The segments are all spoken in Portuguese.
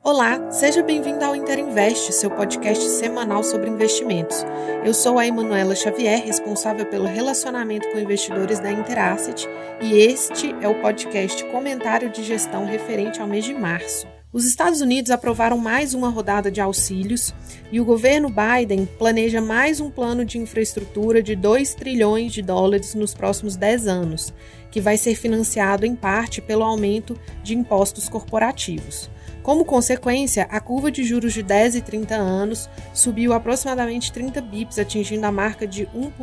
Olá, seja bem-vindo ao Interinvest, seu podcast semanal sobre investimentos. Eu sou a Emanuela Xavier, responsável pelo relacionamento com investidores da Interasset, e este é o podcast Comentário de Gestão referente ao mês de março. Os Estados Unidos aprovaram mais uma rodada de auxílios e o governo Biden planeja mais um plano de infraestrutura de 2 trilhões de dólares nos próximos 10 anos, que vai ser financiado em parte pelo aumento de impostos corporativos. Como consequência, a curva de juros de 10 e 30 anos subiu aproximadamente 30 bips, atingindo a marca de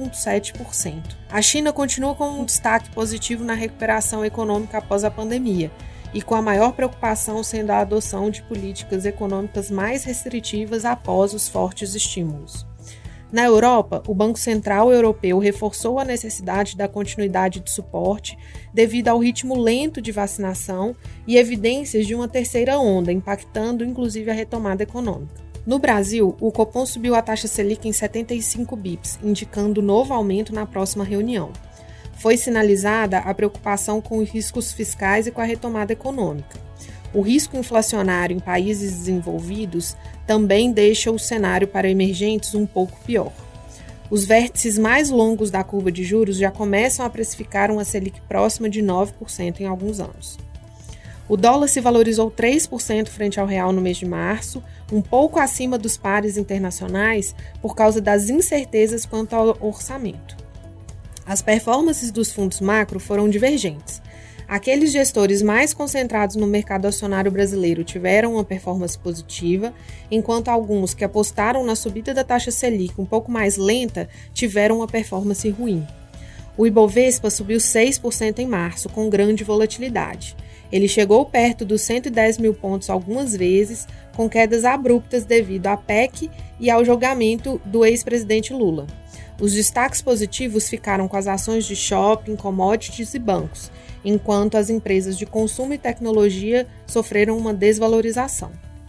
1,7%. A China continua com um destaque positivo na recuperação econômica após a pandemia, e com a maior preocupação sendo a adoção de políticas econômicas mais restritivas após os fortes estímulos. Na Europa, o Banco Central Europeu reforçou a necessidade da continuidade de suporte devido ao ritmo lento de vacinação e evidências de uma terceira onda, impactando inclusive a retomada econômica. No Brasil, o Copom subiu a taxa Selic em 75 bips, indicando novo aumento na próxima reunião. Foi sinalizada a preocupação com os riscos fiscais e com a retomada econômica. O risco inflacionário em países desenvolvidos também deixa o cenário para emergentes um pouco pior. Os vértices mais longos da curva de juros já começam a precificar uma Selic próxima de 9% em alguns anos. O dólar se valorizou 3% frente ao real no mês de março, um pouco acima dos pares internacionais por causa das incertezas quanto ao orçamento. As performances dos fundos macro foram divergentes. Aqueles gestores mais concentrados no mercado acionário brasileiro tiveram uma performance positiva, enquanto alguns que apostaram na subida da taxa Selic um pouco mais lenta tiveram uma performance ruim. O Ibovespa subiu 6% em março, com grande volatilidade. Ele chegou perto dos 110 mil pontos algumas vezes, com quedas abruptas devido à PEC e ao julgamento do ex-presidente Lula. Os destaques positivos ficaram com as ações de shopping, commodities e bancos, enquanto as empresas de consumo e tecnologia sofreram uma desvalorização.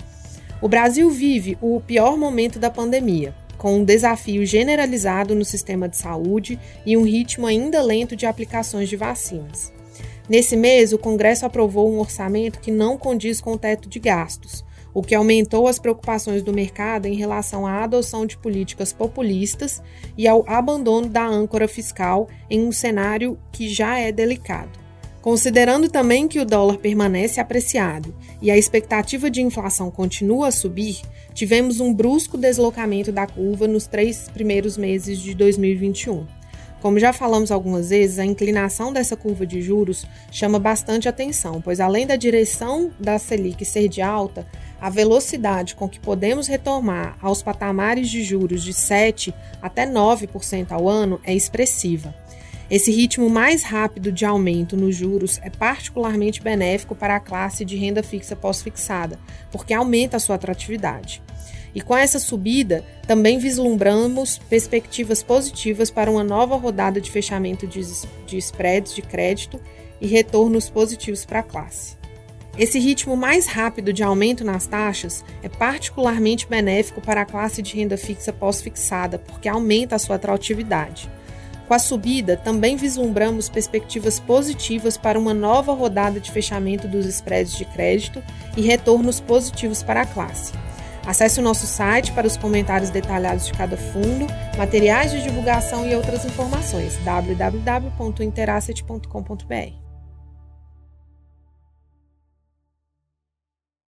O Brasil vive o pior momento da pandemia, com um desafio generalizado no sistema de saúde e um ritmo ainda lento de aplicações de vacinas. Nesse mês, o Congresso aprovou um orçamento que não condiz com o teto de gastos, o que aumentou as preocupações do mercado em relação à adoção de políticas populistas e ao abandono da âncora fiscal em um cenário que já é delicado. Considerando também que o dólar permanece apreciado e a expectativa de inflação continua a subir, tivemos um brusco deslocamento da curva nos 3 primeiros meses de 2021. Como já falamos algumas vezes, a inclinação dessa curva de juros chama bastante atenção, pois além da direção da Selic ser de alta, a velocidade com que podemos retomar aos patamares de juros de 7% até 9% ao ano é expressiva. Esse ritmo mais rápido de aumento nos juros é particularmente benéfico para a classe de renda fixa pós-fixada, porque aumenta a sua atratividade. E com essa subida, também vislumbramos perspectivas positivas para uma nova rodada de fechamento de spreads de crédito e retornos positivos para a classe. Esse ritmo mais rápido de aumento nas taxas é particularmente benéfico para a classe de renda fixa pós-fixada, porque aumenta a sua atratividade. Com a subida, também vislumbramos perspectivas positivas para uma nova rodada de fechamento dos spreads de crédito e retornos positivos para a classe. Acesse o nosso site para os comentários detalhados de cada fundo, materiais de divulgação e outras informações, www.interasset.com.br.